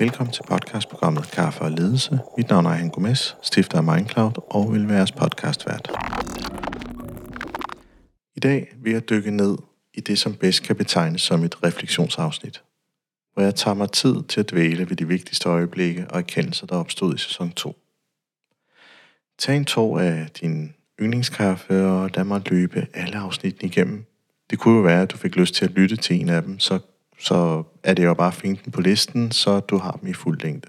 Velkommen til podcastprogrammet Kaffe og Ledelse. Mit navn er Han Gomes, stifter af Mindcloud og vil være jeres podcastvært. I dag vil jeg dykke ned i det, som bedst kan betegnes som et refleksionsafsnit, hvor jeg tager mig tid til at dvæle ved de vigtigste øjeblikke og erkendelser, der opstod i sæson 2. Tag en tår af din yndlingskaffe og lad mig løbe alle afsnittene igennem. Det kunne jo være, at du fik lyst til at lytte til en af dem, så er det jo bare at finde den på listen, så du har dem i fuld længde.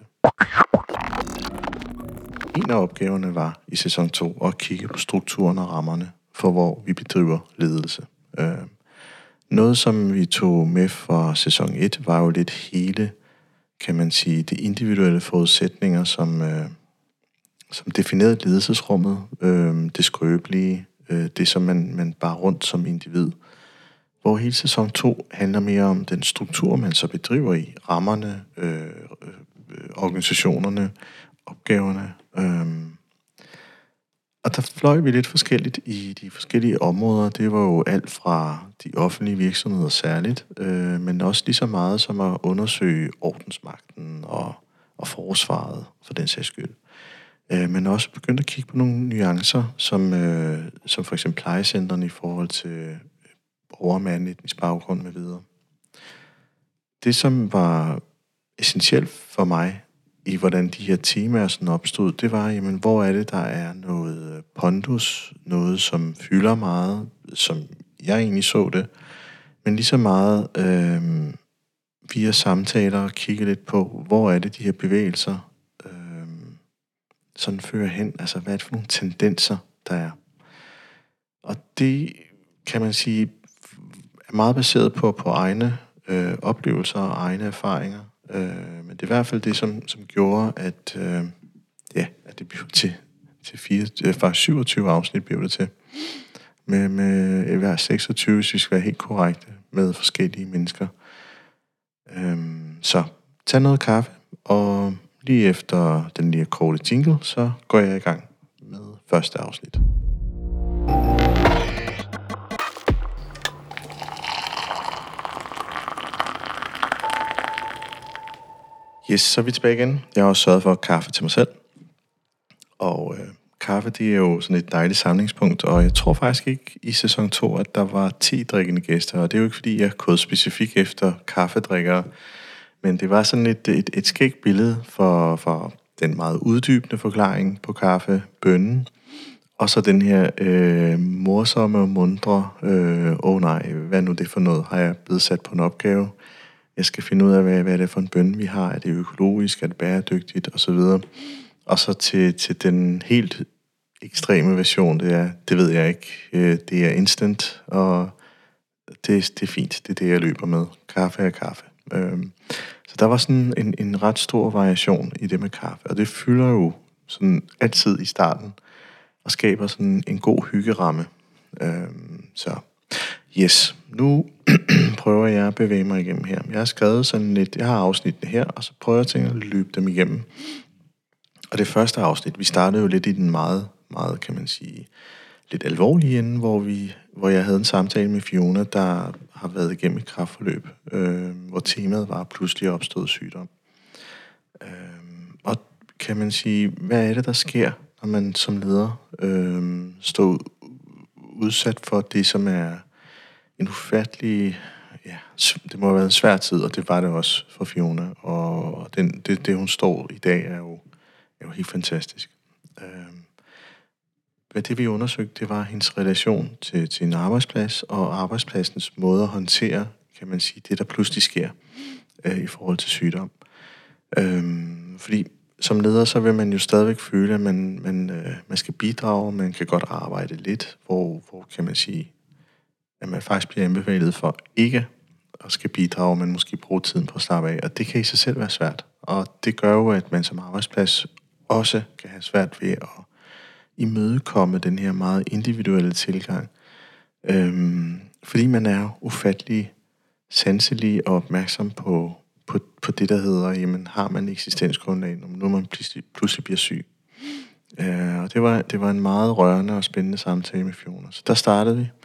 En af opgaverne var i sæson 2 at kigge på strukturen og rammerne for, hvor vi bedriver ledelse. Noget, som vi tog med fra sæson 1, var jo lidt hele, kan man sige, de individuelle forudsætninger, som definerede ledelsesrummet, det skrøbelige, det som man bare rundt som individ. Hvor hele sæson 2 handler mere om den struktur, man så bedriver i, rammerne, organisationerne, opgaverne. Og der fløj vi lidt forskelligt i de forskellige områder. Det var jo alt fra de offentlige virksomheder særligt, men også lige så meget som at undersøge ordensmagten og forsvaret for den sags skyld. Men også begyndt at kigge på nogle nuancer, som for eksempel plejecentrene i forhold til borgere med anden etnisk baggrund med videre. Det, som var essentielt for mig i, hvordan de her temaer sådan opstod, det var, jamen, hvor er det, der er noget pondus, noget, som fylder meget, som jeg egentlig så det, men lige så meget via samtaler og kigge lidt på, hvor er det, de her bevægelser sådan fører hen, altså hvad er det for nogle tendenser, der er. Og det, kan man sige, er meget baseret på egne oplevelser og egne erfaringer. Men det er i hvert fald det, som gjorde, at det blev til 27 afsnit blev det til. Med hver 26, hvis vi skal være helt korrekte, med forskellige mennesker. Så tag noget kaffe, og lige efter den lige korte jingle, så går jeg i gang med første afsnit. Yes, så er vi tilbage igen. Jeg har også sørget for kaffe til mig selv. Og kaffe, det er jo sådan et dejligt samlingspunkt, og jeg tror faktisk ikke i sæson 2, at der var 10 drikkende gæster, og det er jo ikke fordi, jeg kodede specifikt efter kaffedrikkere, men det var sådan et skægt billede for den meget uddybende forklaring på kaffebønnen, og så den her morsomme og mundre, nej, hvad nu det for noget, har jeg blevet sat på en opgave. Jeg skal finde ud af, hvad er det for en bønne, vi har. Er det økologisk? Er det bæredygtigt? Og så videre. Og så til den helt ekstreme version, det ved jeg ikke. Det er instant, og det er fint. Det er det, jeg løber med. Kaffe er kaffe. Så der var sådan en ret stor variation i det med kaffe. Og det fylder jo sådan altid i starten, og skaber sådan en god hyggeramme. Så yes, nu prøver jeg at bevæge mig igennem her. Jeg har skrevet sådan lidt, jeg har afsnittene her, og så prøver jeg at løbe dem igennem. Og det første afsnit, vi startede jo lidt i den meget, meget, kan man sige, lidt alvorlige ende, hvor jeg havde en samtale med Fiona, der har været igennem et kræftforløb, hvor temaet var pludselig opstået sygdom. Og kan man sige, hvad er det, der sker, når man som leder står udsat for det, som er en ufattelig, det må have været en svær tid, og det var det også for Fiona. Og det hun står i dag, er jo helt fantastisk. Hvad det vi undersøgte, det var hendes relation til en arbejdsplads, og arbejdspladsens måde at håndtere, kan man sige, det der pludselig sker i forhold til sygdom. Fordi som leder, så vil man jo stadigvæk føle, at man skal bidrage, man kan godt arbejde lidt, hvor kan man sige, at man faktisk bliver anbefalet for ikke at skal bidrage, men måske bruge tiden på at slappe af. Og det kan i sig selv være svært. Og det gør jo, at man som arbejdsplads også kan have svært ved at imødekomme den her meget individuelle tilgang. Fordi man er ufattelig sanselig og opmærksom på det, der hedder, jamen har man eksistensgrundlag, når man pludselig bliver syg. Og det var en meget rørende og spændende samtale med Fiona. Så der startede vi.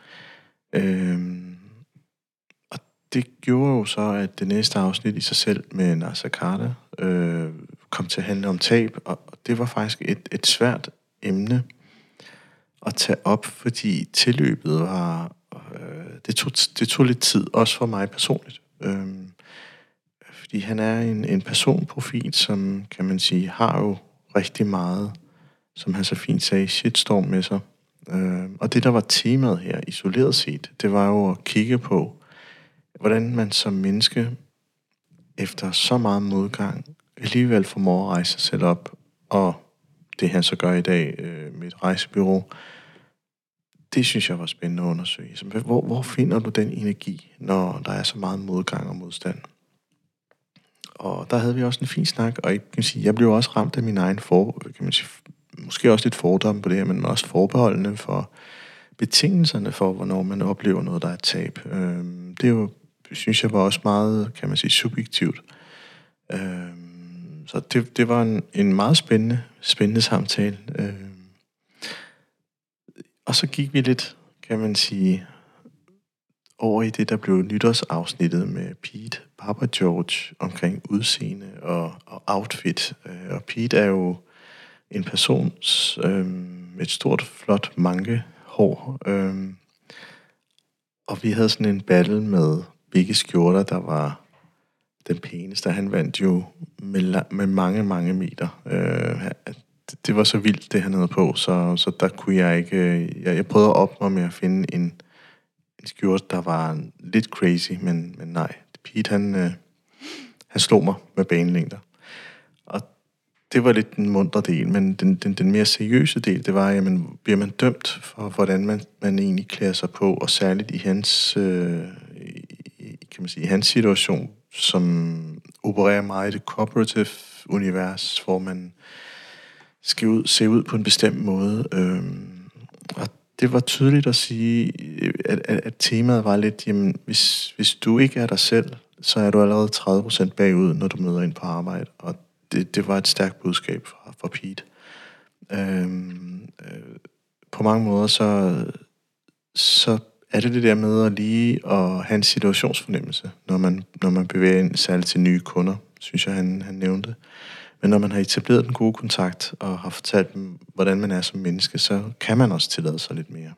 Og det gjorde jo så, at det næste afsnit i sig selv med Nasser Carter, kom til at handle om tab, og det var faktisk et svært emne at tage op, fordi tilløbet var, det tog lidt tid, også for mig personligt. Fordi han er en personprofil, som, kan man sige, har jo rigtig meget, som han så fint sagde, shitstorm med sig. Og det, der var temaet her, isoleret set, det var jo at kigge på, hvordan man som menneske, efter så meget modgang, alligevel formår at rejse sig selv op, og det han så gør i dag med et rejsebureau, det synes jeg var spændende at undersøge. Så hvor finder du den energi, når der er så meget modgang og modstand? Og der havde vi også en fin snak, og jeg blev også ramt af min egen måske også lidt fordomme på det her, men også forbeholdende for betingelserne for, hvornår man oplever noget, der er et tab. Det er jo, synes jeg, var også meget, kan man sige, subjektivt. Så det var en meget spændende samtale. Og så gik vi lidt, kan man sige, over i det, der blev nytårsafsnittet med Pete Papa George omkring udseende og outfit. Og Pete er jo en person med et stort, flot mankehår. Og vi havde sådan en battle med begge skjorter, der var den pæneste. Han vandt jo med mange, mange meter. Det var så vildt, det han havde på, så der kunne jeg ikke... Jeg prøvede at opnå med at finde en skjorte, der var lidt crazy, men nej. Pete, han slog mig med banelængder. Og det var lidt den muntre del, men den mere seriøse del, det var, jamen, bliver man dømt for, hvordan man egentlig klæder sig på, og særligt i hans, kan man sige, hans situation, som opererer meget i det cooperative univers, hvor man skal se ud på en bestemt måde. Og det var tydeligt at sige, at temaet var lidt, jamen, hvis du ikke er dig selv, så er du allerede 30% bagud, når du møder ind på arbejde. Og det var et stærkt budskab fra Pete. På mange måder, så er det der med at lige at have en situationsfornemmelse, når man bevæger ind, særligt til nye kunder, synes jeg, han nævnte. Men når man har etableret den gode kontakt, og har fortalt dem, hvordan man er som menneske, så kan man også tillade sig lidt mere.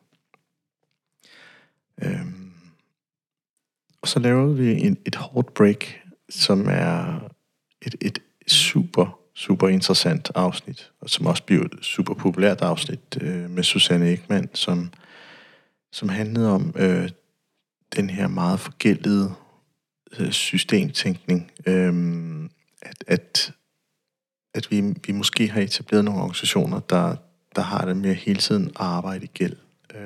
Og så lavede vi et hårdt break, som er et super interessant afsnit, og som også blev et super populært afsnit med Susanne Ekman, som handlede om den her meget forgældede systemtænkning, at vi måske har etableret nogle organisationer, der har det med hele tiden at arbejde i gæld.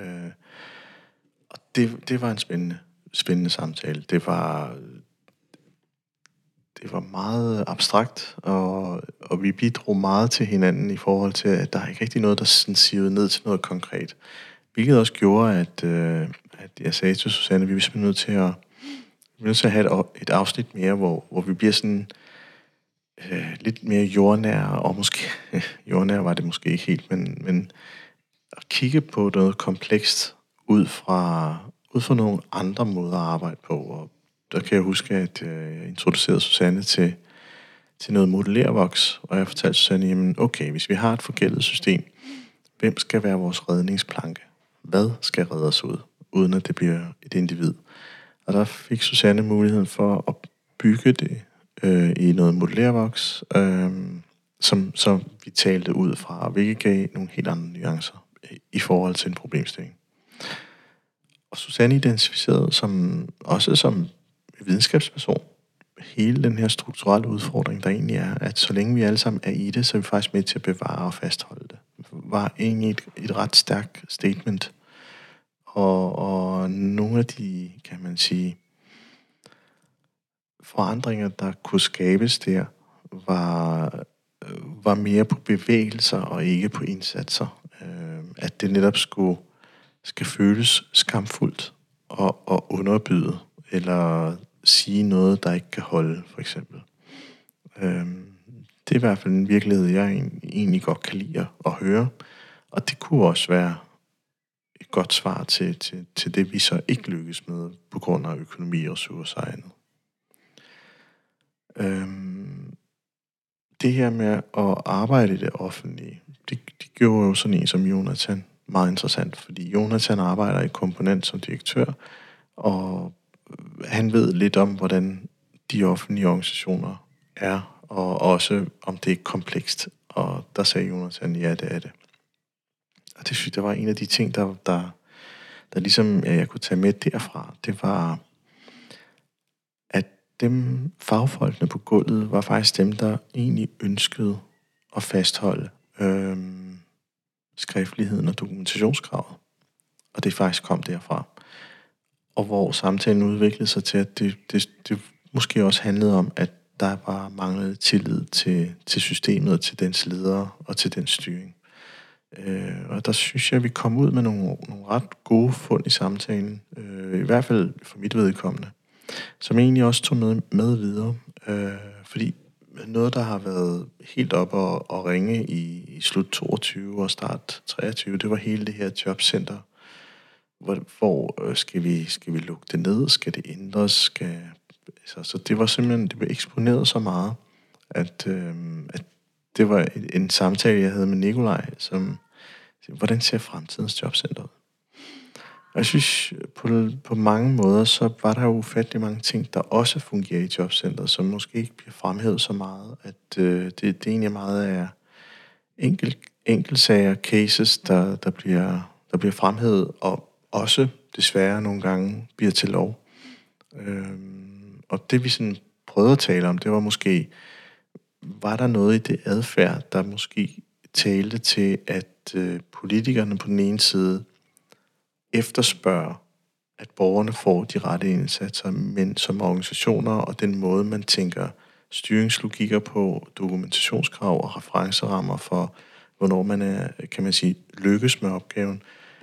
Og det var en spændende samtale. Det var meget abstrakt, og vi bidrog meget til hinanden i forhold til, at der er ikke rigtig noget, der sådan sivede ned til noget konkret. Hvilket også gjorde, at jeg sagde til Susanne, at vi er nødt til at have et afsnit mere, hvor vi bliver sådan lidt mere jordnære, og måske jordnære var det måske ikke helt, men at kigge på noget komplekst ud fra nogle andre måder at arbejde på. Og der kan jeg huske, at jeg introducerede Susanne til noget modellervoks, og jeg fortalte Susanne, jamen okay, hvis vi har et forgældet system, hvem skal være vores redningsplanke? Hvad skal redde os ud, uden at det bliver et individ? Og der fik Susanne muligheden for at bygge det i noget modellervoks, som vi talte ud fra, hvilket gav nogle helt andre nuancer i forhold til en problemstilling. Og Susanne identificerede som videnskabsperson hele den her strukturelle udfordring, der egentlig er, at så længe vi alle sammen er i det, så er vi faktisk med til at bevare og fastholde det. Var egentlig et ret stærkt statement. Og nogle af de, kan man sige, forandringer, der kunne skabes der, var mere på bevægelser og ikke på indsatser. At det netop skal føles skamfuldt og underbyde, eller sige noget, der ikke kan holde, for eksempel. Det er i hvert fald en virkelighed, jeg egentlig godt kan lide at høre. Og det kunne også være et godt svar til det, vi så ikke lykkes med, på grund af økonomi og ressourcer og andet. det her med at arbejde i det offentlige, det gjorde jo sådan en som Jonathan meget interessant, fordi Jonathan arbejder i Komponent som direktør, og han ved lidt om, hvordan de offentlige organisationer er, og også om det er komplekst. Og der sagde Jonathan, ja, det er det. Og det synes jeg var en af de ting, der ligesom jeg kunne tage med derfra. Det var, at dem fagfolkene på gulvet var faktisk dem, der egentlig ønskede at fastholde skriftligheden og dokumentationskravet. Og det faktisk kom derfra. Og hvor samtalen udviklede sig til, at det måske også handlede om, at der var manglet tillid til systemet, og til dens ledere og til den styring. Og der synes jeg, at vi kom ud med nogle ret gode fund i samtalen, i hvert fald for mit vedkommende, som jeg egentlig også tog med videre. Fordi noget, der har været helt op og ringe i slut 22 og start 23, det var hele det her jobcenter. Hvor skal vi lukke det ned? Skal det ændres? Så det var simpelthen, det blev eksponeret så meget, at det var en samtale, jeg havde med Nikolaj, som hvordan ser fremtidens jobcenter ud? Og jeg synes, på mange måder, så var der jo ufattelig mange ting, der også fungerer i jobcentret, som måske ikke bliver fremhævet så meget, at det egentlig meget er enkeltsager, cases, der bliver fremhævet, og også desværre nogle gange bliver til lov. Og det vi sådan prøvede at tale om, det var måske, var der noget i det adfærd, der måske talte til, at politikerne på den ene side efterspørger, at borgerne får de rette indsatser, men som organisationer og den måde, man tænker styringslogikker på, dokumentationskrav og referencerammer for, hvornår man er, kan man sige, lykkes med opgaven,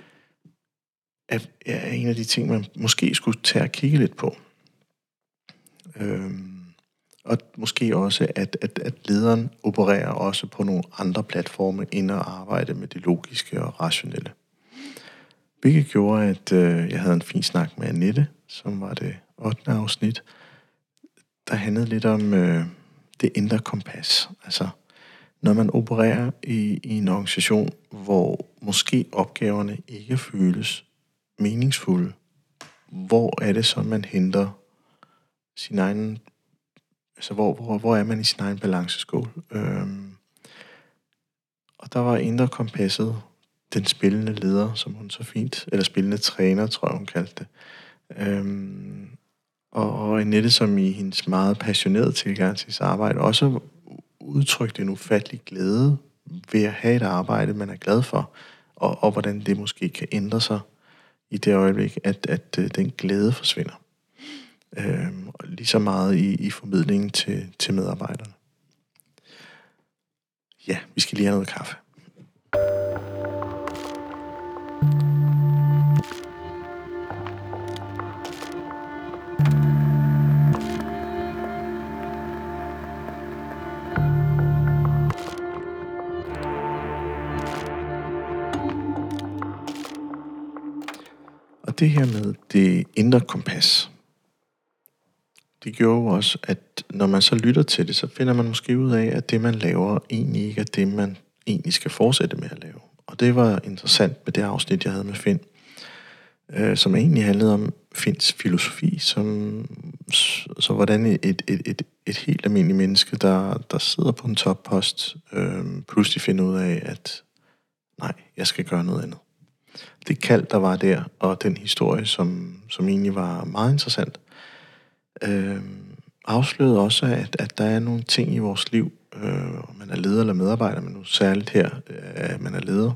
er en af de ting, man måske skulle tage og kigge lidt på. Og måske også, at lederen opererer også på nogle andre platforme, end at arbejde med det logiske og rationelle. Hvilket gjorde, at jeg havde en fin snak med Annette, som var det 8. afsnit, der handlede lidt om det indre kompas. Altså, når man opererer i en organisation, hvor måske opgaverne ikke føles meningsfulde, hvor er det så, man henter sin egen, altså hvor er man i sin egen balanceskål? Og der var indre kompasset den spillende leder, som hun så fint, eller spillende træner, tror jeg, hun kaldte det. Og Annette, som i hendes meget passionerede tilgang til sit arbejde, også udtrykte en ufattelig glæde ved at have et arbejde, man er glad for, og hvordan det måske kan ændre sig i det øjeblik, at den glæde forsvinder. Og lige så meget i formidlingen til medarbejderne. Ja, vi skal lige have noget kaffe. Og det her med det indre kompas, det gjorde jo også, at når man så lytter til det, så finder man måske ud af, at det, man laver, egentlig ikke er det, man egentlig skal fortsætte med at lave. Og det var interessant med det afsnit, jeg havde med Finn, som egentlig handlede om Finns filosofi, så hvordan et helt almindeligt menneske, der sidder på en toppost, pludselig finder ud af, at nej, jeg skal gøre noget andet. Det kald, der var der, og den historie, som egentlig var meget interessant, afslørede også, at der er nogle ting i vores liv, man er leder eller medarbejder, men nu særligt her, at man er leder,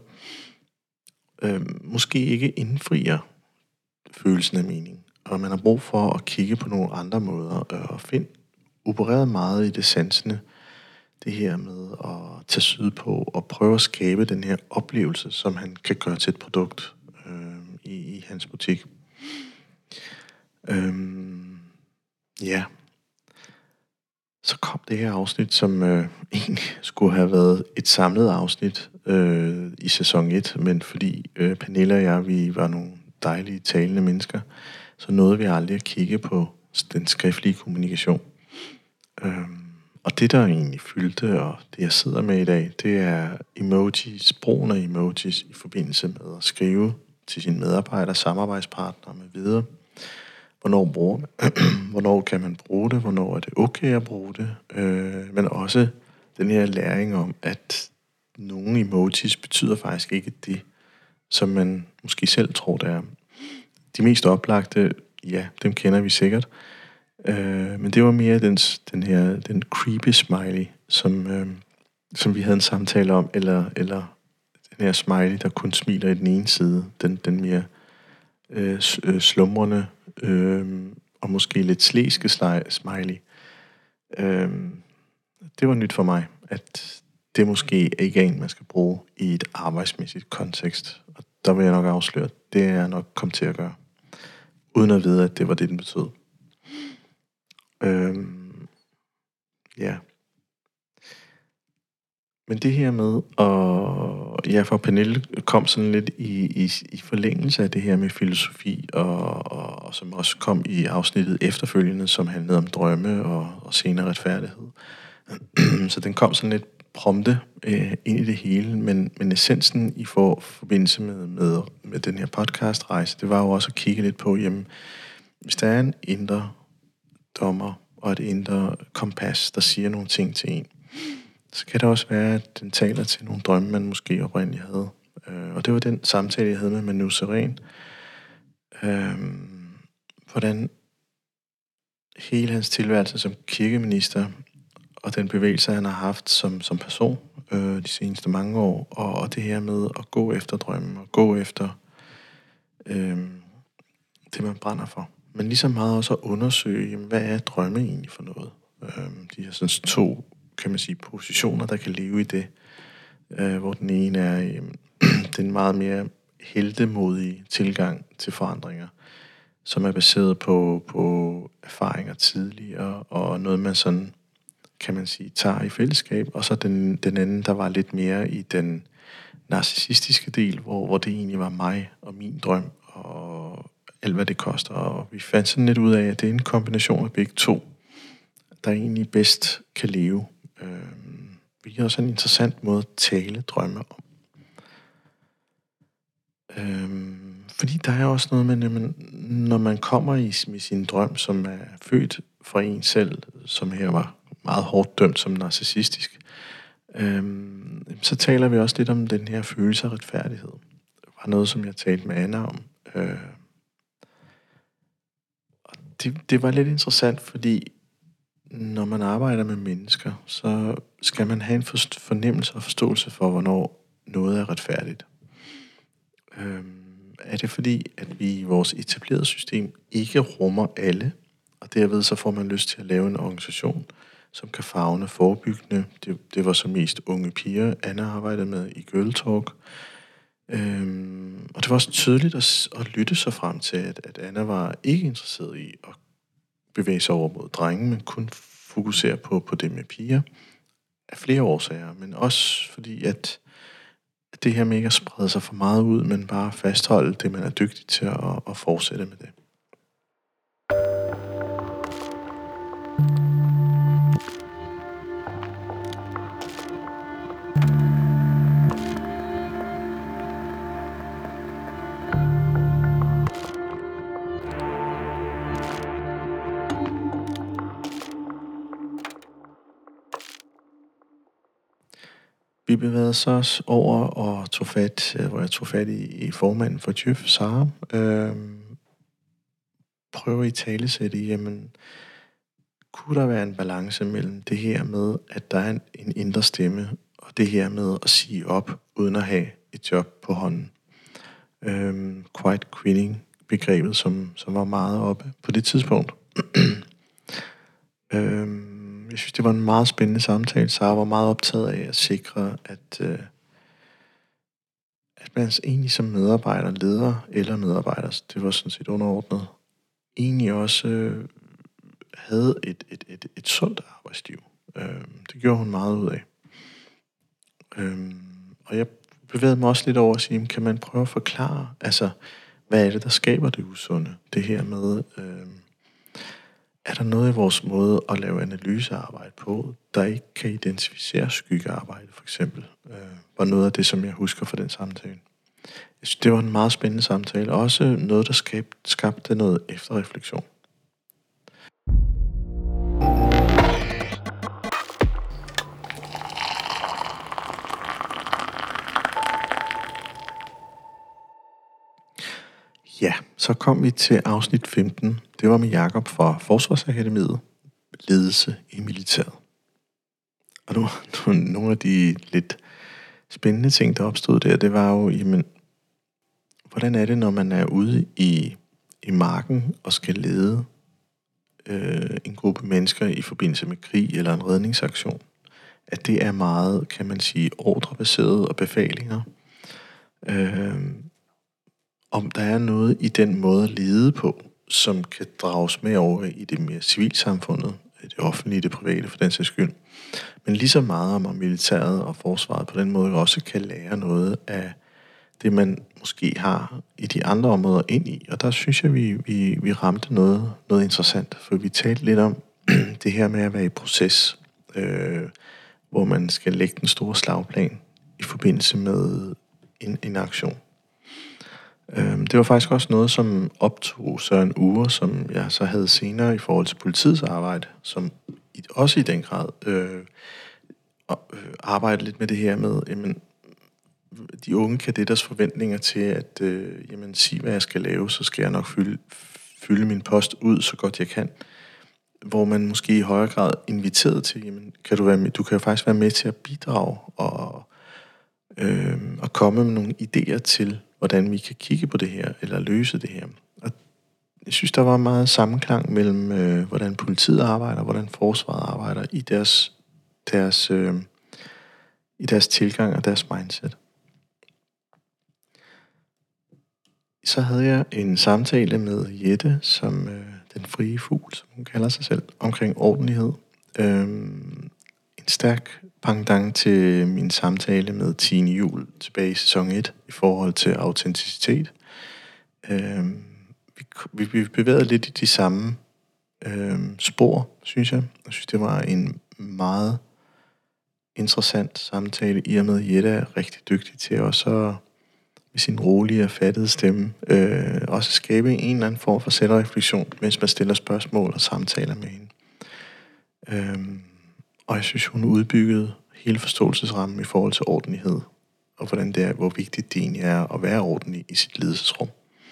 måske ikke indfrier følelsen af mening, og man har brug for at kigge på nogle andre måder, og finde opereret meget i det sansende, det her med at tage syd på og prøve at skabe den her oplevelse, som han kan gøre til et produkt i hans butik. Ja. Så kom det her afsnit, som egentlig skulle have været et samlet afsnit i sæson 1, men fordi Pernille og jeg, vi var nogle dejlige talende mennesker, så nåede vi aldrig at kigge på den skriftlige kommunikation. Og det, der egentlig fyldte, og det, jeg sidder med i dag, det er emojis, brugen af emojis i forbindelse med at skrive til sine medarbejdere, samarbejdspartnere med videre. Hvornår kan man bruge det? Hvornår er det okay at bruge det? Men også den her læring om, at nogle emojis betyder faktisk ikke det, som man måske selv tror, det er. De mest oplagte, ja, dem kender vi sikkert. Men det var mere den creepy smiley, som vi havde en samtale om, eller den her smiley, der kun smiler i den ene side, den mere slumrende og måske lidt slæske smiley. Det var nyt for mig, at det måske ikke er en, man skal bruge i et arbejdsmæssigt kontekst. Og der vil jeg nok afsløre, at det er jeg nok kommet til at gøre, uden at vide, at det var det, den betød. Ja. Men det her med, og ja, for Pernille kom sådan lidt i forlængelse af det her med filosofi, og som også kom i afsnittet efterfølgende, som handlede om drømme og senere retfærdighed. Så den kom sådan lidt prompte ind i det hele, men essensen i forbindelse med den her podcastrejse, det var jo også at kigge lidt på, jamen, hvis der er en indre dommer og et indre kompas, der siger nogle ting til en, så kan det også være, at den taler til nogle drømme, man måske oprindeligt havde. Og det var den samtale, jeg havde med Manu Seren. Hvordan hele hans tilværelse som kirkeminister, og den bevægelse, han har haft som person de seneste mange år, og det her med at gå efter drømmen, og gå efter det, man brænder for. Men lige så meget også at undersøge, jamen, hvad er drømme egentlig for noget? De her sådan to, kan man sige, positioner, der kan leve i det. Hvor den ene er den meget mere heltemodige tilgang til forandringer, som er baseret på erfaringer tidligere, og noget man sådan, kan man sige, tager i fællesskab. Og så den anden, der var lidt mere i den narcissistiske del, hvor det egentlig var mig og min drøm, og alt hvad det koster. Og vi fandt sådan lidt ud af, at det er en kombination af begge to, der egentlig bedst kan leve. Det er også en interessant måde at tale drømme om. Fordi der er også noget med, når man kommer med sin drøm, som er født fra en selv, som her var meget hårdt dømt som narcissistisk, så taler vi også lidt om den her følelse af retfærdighed. Det var noget, som jeg talte med Anna om. Det var lidt interessant, fordi når man arbejder med mennesker, så skal man have en fornemmelse og forståelse for, hvornår noget er retfærdigt. Er det fordi, at vi i vores etablerede system ikke rummer alle, og derved så får man lyst til at lave en organisation, som kan favne forebyggende. Det var så mest unge piger, Anna arbejdede med i Girl Talk. Og det var også tydeligt at lytte sig frem til, at Anna var ikke interesseret i at bevæge sig over mod drenge, men kun fokusere på det med piger af flere årsager, men også fordi, at det her med ikke at sprede sig for meget ud, men bare fastholde det, man er dygtig til at fortsætte med det. Vi bevægede så også over og hvor jeg tog fat i formanden for Djøf, Sara. Prøver i talesætte, jamen, kunne der være en balance mellem det her med, at der er en indre stemme, og det her med at sige op, uden at have et job på hånden. Quiet quitting begrebet, som var meget oppe på det tidspunkt. Jeg synes, det var en meget spændende samtale. Sara var meget optaget af at sikre, at man egentlig som medarbejder, leder eller medarbejder, det var sådan set underordnet, egentlig også havde et sundt arbejdsliv. Det gjorde hun meget ud af. Og jeg bevægede mig også lidt over at sige, kan man prøve at forklare, altså, hvad er det, der skaber det usunde? Det her med, er der noget i vores måde at lave analysearbejde på, der ikke kan identificere skyggearbejde, for eksempel? Var noget af det, som jeg husker fra den samtale. Jeg synes, det var en meget spændende samtale. Også noget, der skabte noget efterreflektion. Ja, så kom vi til afsnit 15. Det var med Jakob fra Forsvarsakademiet, ledelse i militæret. Og nu nogle af de lidt spændende ting, der opstod der, det var jo, jamen, hvordan er det, når man er ude i marken og skal lede en gruppe mennesker i forbindelse med krig eller en redningsaktion? At det er meget, kan man sige, ordrebaseret og befalinger. Om der er noget i den måde at lede på, som kan drages med over i det mere civilsamfundet, det offentlige, det private for den sags skyld. Men lige så meget om militæret og forsvaret på den måde også kan lære noget af det, man måske har i de andre områder ind i. Og der synes jeg, vi ramte noget interessant, for vi talte lidt om det her med at være i proces, hvor man skal lægge den store slagplan i forbindelse med en aktion. Det var faktisk også noget, som optog Søren Ure, som jeg så havde senere i forhold til politiets arbejde, som også i den grad arbejde lidt med det her med, jamen, de unge kadetters forventninger til at sige, hvad jeg skal lave, så skal jeg nok fylde min post ud så godt jeg kan. Hvor man måske i højere grad inviteret til, jamen, du kan jo faktisk være med til at bidrage og komme med nogle idéer til, hvordan vi kan kigge på det her, eller løse det her. Og jeg synes, der var meget sammenklang mellem, hvordan politiet arbejder, hvordan forsvaret arbejder i deres tilgang og deres mindset. Så havde jeg en samtale med Jette, som den frie fugl, som hun kalder sig selv, omkring ordentlighed. En stærk pendant til min samtale med Tine Juhl tilbage i sæson 1 i forhold til autenticitet. Vi bevægede lidt i de samme spor, synes jeg. Jeg synes, det var en meget interessant samtale, i og med Jette er rigtig dygtig til også med sin rolige og fattede stemme også skabe en eller anden form for selvreflektion, mens man stiller spørgsmål og samtaler med hende. Og jeg synes, hun udbyggede hele forståelsesrammen i forhold til ordentlighed, og hvordan det er, hvor vigtigt det egentlig er at være ordentlig i sit ledelsesrum.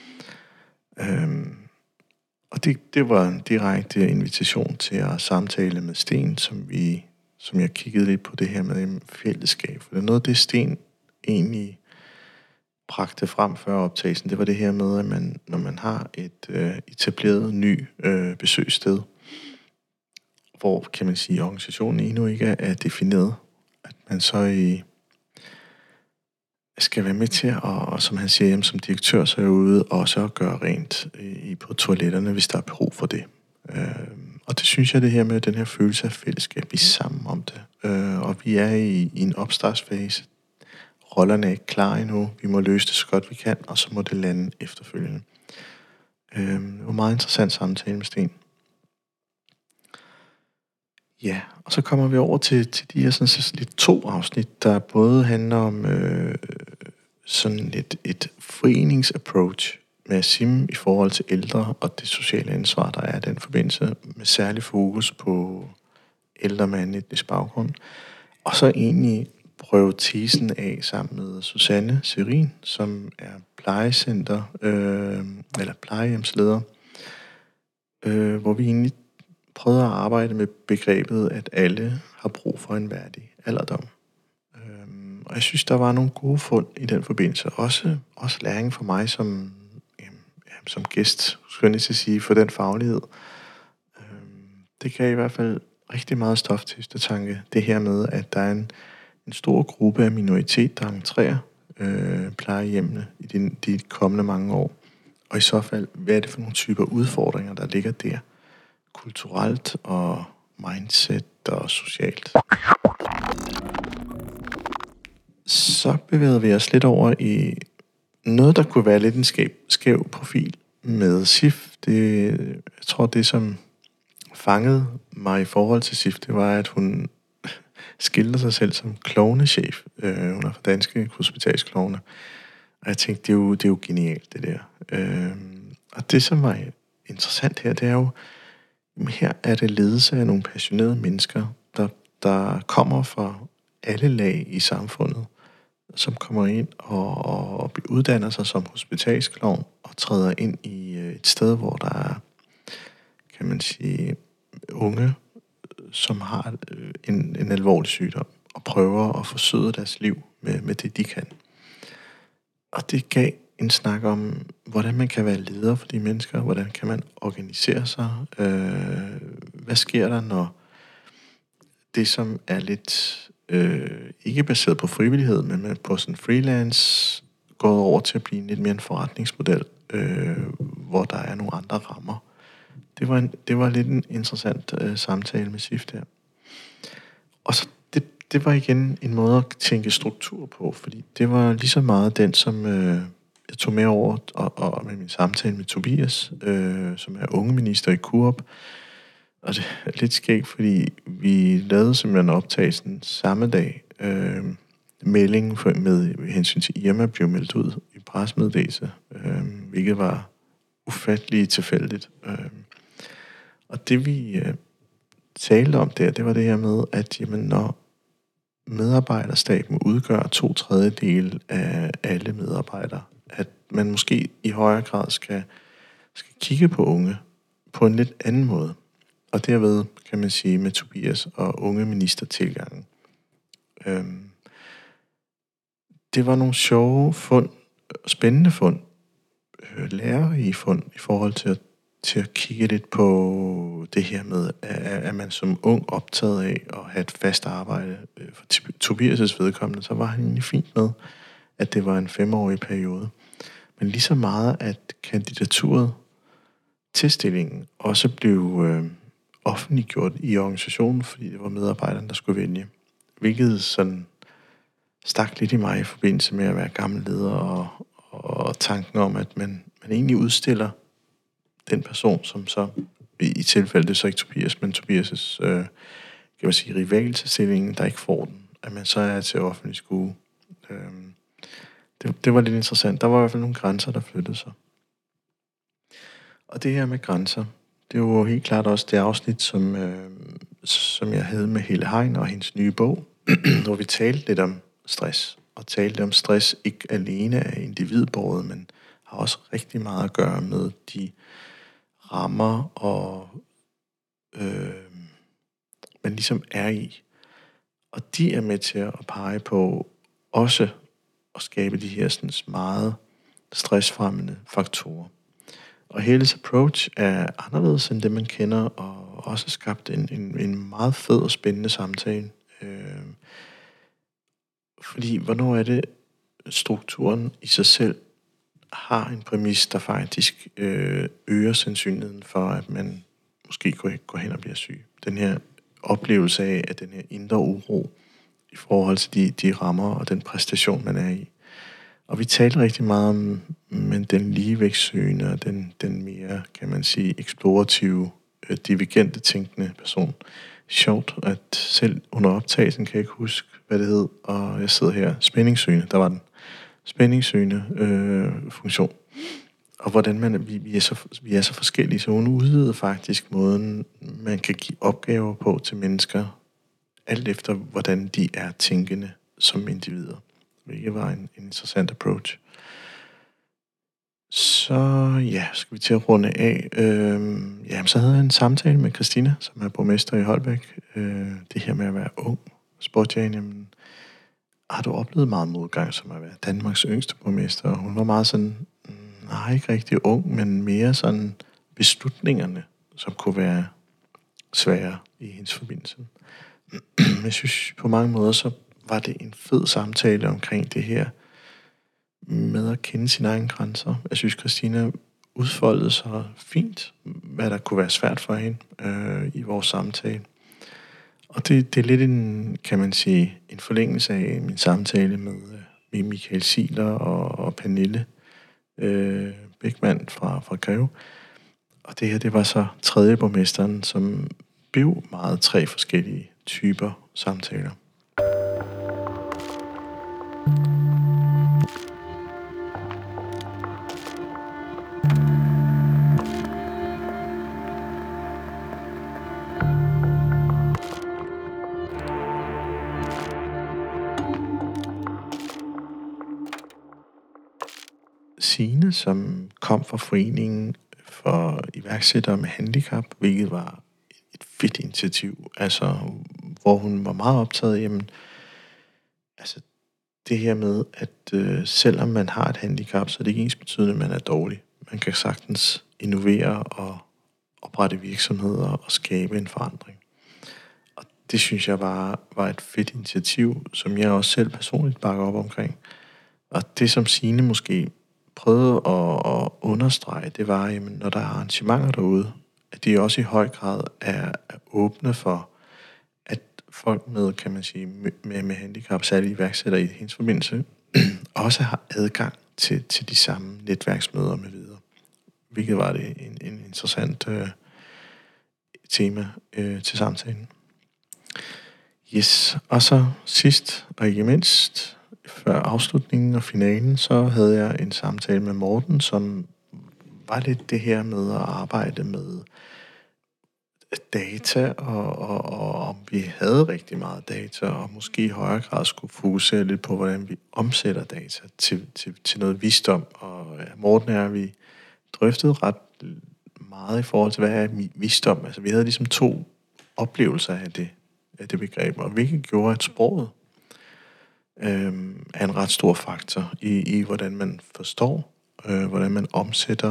Og det var en direkte invitation til at samtale med Sten, som jeg kiggede lidt på det her med fællesskab. For det er noget, det Sten egentlig bragte frem før optagelsen, det var det her med, at når man har et etableret ny besøgssted, hvor, kan man sige, organisationen endnu ikke er defineret, at man så skal være med til at, som han siger, som direktør, så er jeg ude og så gøre rent på toiletterne, hvis der er brug for det. Og det synes jeg, det her med den her følelse af fællesskab, vi er sammen om det. Og vi er i en opstartsfase. Rollerne er ikke klar endnu. Vi må løse det så godt vi kan, og så må det lande efterfølgende. Det var en meget interessant samtale med Sten. Ja, og så kommer vi over til de her sådan lidt 2 afsnit, der både handler om sådan et foreningsapproach med Sim i forhold til ældre og det sociale ansvar, der er i den forbindelse, med særlig fokus på ældre med en etnisk baggrund. Og så egentlig prøve tesen af sammen med Susanne Serin, som er plejecenter, eller plejehjemsleder, hvor vi egentlig prøvede at arbejde med begrebet, at alle har brug for en værdig alderdom. Og jeg synes, der var nogle gode fund i den forbindelse. Også læring for mig som gæst, skulle jeg til at sige, for den faglighed. Det kan i hvert fald rigtig meget stof til eftertanke. Det her med, at der er en stor gruppe af minoritet, der entrerer plejehjemmene i de kommende mange år. Og i så fald, hvad er det for nogle typer udfordringer, der ligger der? Kulturelt og mindset og socialt. Så bevæger vi os lidt over i noget, der kunne være lidt en skæv profil med SIF. Jeg tror, det som fangede mig i forhold til Sif, det var, at hun skildrer sig selv som klovnechef. Hun er fra Danske Hospitalsklovne. Og jeg tænkte, det er jo genialt, det der. Og det, som var interessant her, det er jo, her er det ledelse af nogle passionerede mennesker, der kommer fra alle lag i samfundet, som kommer ind og uddanner sig som hospitalsklovn og træder ind i et sted, hvor der er, kan man sige, unge, som har en alvorlig sygdom, og prøver at forsøde deres liv med det, de kan. Og det gav en snak om, hvordan man kan være leder for de mennesker, hvordan kan man organisere sig, hvad sker der, når det, som er lidt ikke baseret på frivillighed, men på sådan freelance, gået over til at blive lidt mere en forretningsmodel, hvor der er nogle andre rammer. Det var lidt en interessant samtale med Sif der. Og så det var igen en måde at tænke struktur på, fordi det var lige så meget den, som jeg tog med over og med min samtale med Tobias, som er ungeminister i Coop. Og det er lidt skægt, fordi vi lavede simpelthen optagelsen samme dag. Meldingen med hensyn til Irma blev meldt ud i pressemeddelelse, hvilket var ufatteligt tilfældigt. Og det vi talte om der, det var det her med, at jamen, når medarbejderstaben udgør 2/3 af alle medarbejdere, at man måske i højere grad skal kigge på unge på en lidt anden måde. Og derved, kan man sige, med Tobias og unge ministertilgangen. Det var nogle sjove fund, spændende fund, lærerige fund i forhold til at kigge lidt på det her med, at man som ung optaget af at have et fast arbejde. For Tobias' vedkommende, så var han egentlig fint med, at det var en 5-årig periode. Men lige så meget, at kandidaturet til stillingen også blev offentliggjort i organisationen, fordi det var medarbejderne, der skulle vælge. Hvilket sådan stak lidt i mig i forbindelse med at være gammel leder og tanken om, at man egentlig udstiller den person, som så, i tilfælde det så ikke Tobias, men Tobias' kan man sige, rival til stillingen, der ikke får den, at man så er til offentlig skue. Det var lidt interessant. Der var i hvert fald nogle grænser, der flyttede sig. Og det her med grænser, det var jo helt klart også det afsnit, som jeg havde med Helle Hein og hendes nye bog, hvor vi talte lidt om stress. Og talte om stress ikke alene af individbåret, men har også rigtig meget at gøre med de rammer, og man ligesom er i. Og de er med til at pege på også at skabe de her sådan meget stressfremmende faktorer. Og Helles approach er anderledes end det, man kender, og også skabt en meget fed og spændende samtale. Fordi hvornår er det, strukturen i sig selv har en præmis, der faktisk øger sandsynligheden for, at man måske går hen og bliver syg. Den her oplevelse af, at den her indre uro i forhold til de rammer og den præstation, man er i. Og vi talte rigtig meget om den ligevægtssøgende og den mere, kan man sige, eksplorative, divergente tænkende person. Sjovt, at selv under optagelsen kan jeg ikke huske, hvad det hed, og jeg sidder her. Spændingssøgende, der var den. Spændingssøgende funktion. Og hvordan vi er så forskellige, så hun udvider faktisk måden, man kan give opgaver på til mennesker, alt efter hvordan de er tænkende som individer. Hvilket var en interessant approach. Så ja, skal vi til at runde af. Så havde jeg en samtale med Christina, som er borgmester i Holbæk. Det her med at være ung. Spurgte jeg, jamen, har du oplevet meget modgang som at være Danmarks yngste borgmester? Og hun var meget sådan, nej, ikke rigtig ung, men mere sådan beslutningerne, som kunne være svære i hendes forbindelse. Men jeg synes på mange måder, så var det en fed samtale omkring det her med at kende sine egne grænser. Jeg synes, Christina udfoldede sig fint, hvad der kunne være svært for hende i vores samtale. Og det er lidt kan man sige, en forlængelse af min samtale med Michael Siler og Pernille Bækman fra Greve. Og det her, det var så tredje borgmesteren, som blev meget 3 forskellige typer samtaler. Signe, som kom fra foreningen for iværksættere med handicap, hvilket var et fedt initiativ, altså hvor hun var meget optaget af, jamen, altså det her med, at selvom man har et handicap, så er det ikke ens betydende, at man er dårlig. Man kan sagtens innovere og oprette virksomheder og skabe en forandring. Og det synes jeg var et fedt initiativ, som jeg også selv personligt bakker op omkring. Og det, som Signe måske prøvede at understrege, det var, jamen, når der er arrangementer derude, at de også i høj grad er åbne for, at folk med, kan man sige, med handicap, særligt iværksættere i hendes forbindelse, også har adgang til de samme netværksmøder med videre. Hvilket var det en interessant tema til samtalen. Yes, og så sidst og ikke mindst, før afslutningen og finalen, så havde jeg en samtale med Morten, som var lidt det her med at arbejde med data, og om vi havde rigtig meget data, og måske i højere grad skulle fokusere lidt på, hvordan vi omsætter data til noget visdom. Og Morten og jeg, vi drøftede ret meget i forhold til, hvad er visdom. Altså vi havde ligesom 2 oplevelser af det begreb, og hvilket gjorde, at sproget er en ret stor faktor i hvordan man forstår, hvordan man omsætter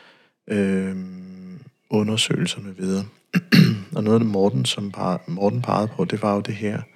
undersøgelser med videre. Og noget af det Morten pegede på, det var jo det her,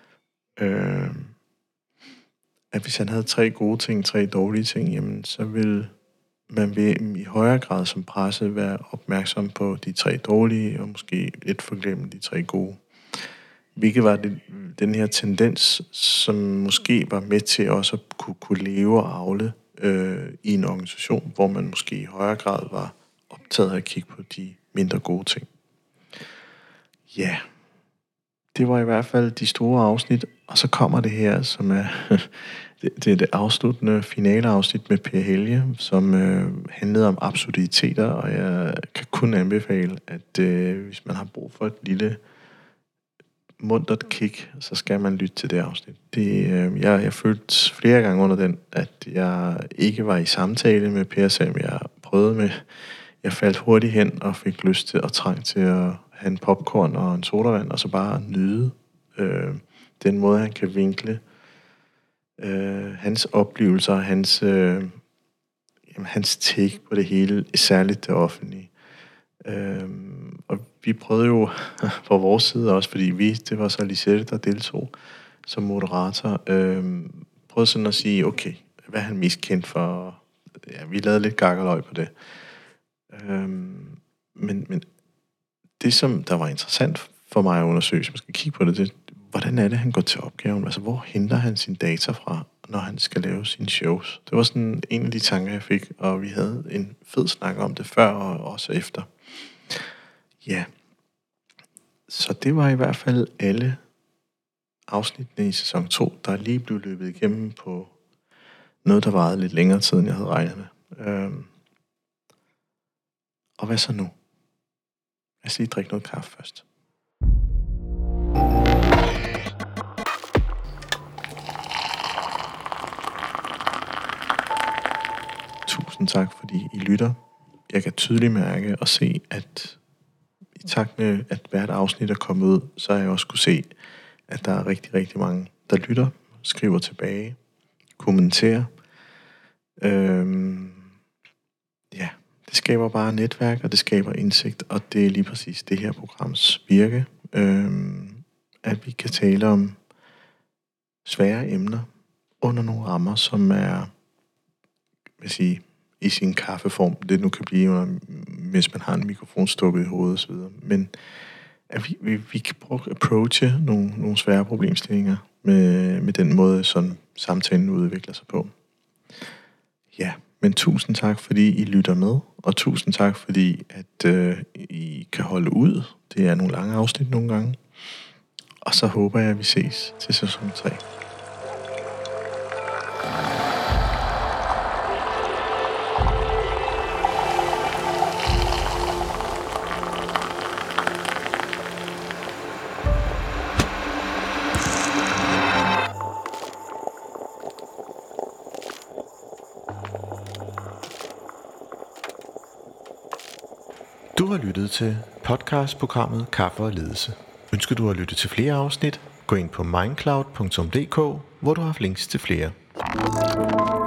at hvis han havde 3 gode ting, 3 dårlige ting, jamen så vil man i højere grad som presse være opmærksom på de 3 dårlige, og måske lidt forglemme de 3 gode. Hvilket var den her tendens, som måske var med til også at kunne leve og avle i en organisation, hvor man måske i højere grad var optaget af at kigge på de mindre gode ting. Ja, det var i hvert fald de store afsnit, og så kommer det her, som er det afsluttende finaleafsnit med Per Helge, som handlede om absurditeter, og jeg kan kun anbefale, at hvis man har brug for et lille muntert kick, så skal man lytte til det afsnit. Jeg følte flere gange under den, at jeg ikke var i samtale med Per, selvom jeg prøvede med. Jeg faldt hurtigt hen og fik lyst til og trang til at have en popcorn og en sodavand, og så bare nyde den måde, han kan vinkle hans oplevelser, hans take på det hele, særligt det offentlige. Og vi prøvede jo fra vores side også, fordi det var så Lisette, der deltog som moderator, prøvede sådan at sige, okay, hvad er han mest kendt for? Ja, vi lavede lidt gakkerløg på det. Men det, som der var interessant for mig at undersøge, hvis man skal kigge på det, hvordan er det, han går til opgaven? Altså, hvor henter han sine data fra, når han skal lave sine shows? Det var sådan en af de tanker, jeg fik, og vi havde en fed snak om det før og også efter. Ja, så det var i hvert fald alle afsnittene i sæson 2, der lige blev løbet igennem på noget, der varede lidt længere tid, end jeg havde regnet med. Og hvad så nu? Lad os lige drikke noget kaffe først. Tusind tak, fordi I lytter. Jeg kan tydeligt mærke og se, at i takt med, at hvert afsnit er kommet ud, så har jeg også kunne se, at der er rigtig, rigtig mange, der lytter, skriver tilbage, kommenterer. Ja, det skaber bare netværk, og det skaber indsigt, og det er lige præcis det her programs virke, at vi kan tale om svære emner under nogle rammer, som er, i sin kaffeform, det nu kan blive, hvis man har en mikrofon stukket i hovedet osv. Men at vi kan approache nogle svære problemstillinger med den måde, som samtalen udvikler sig på. Ja, Men tusind tak, fordi I lytter med, og tusind tak, fordi at I kan holde ud. Det er nogle lange afsnit nogle gange. Og så håber jeg, at vi ses til sæson 3. Du har lyttet til podcastprogrammet Kaffe og Ledelse. Ønsker du at lytte til flere afsnit? Gå ind på mindcloud.dk, hvor du har links til flere.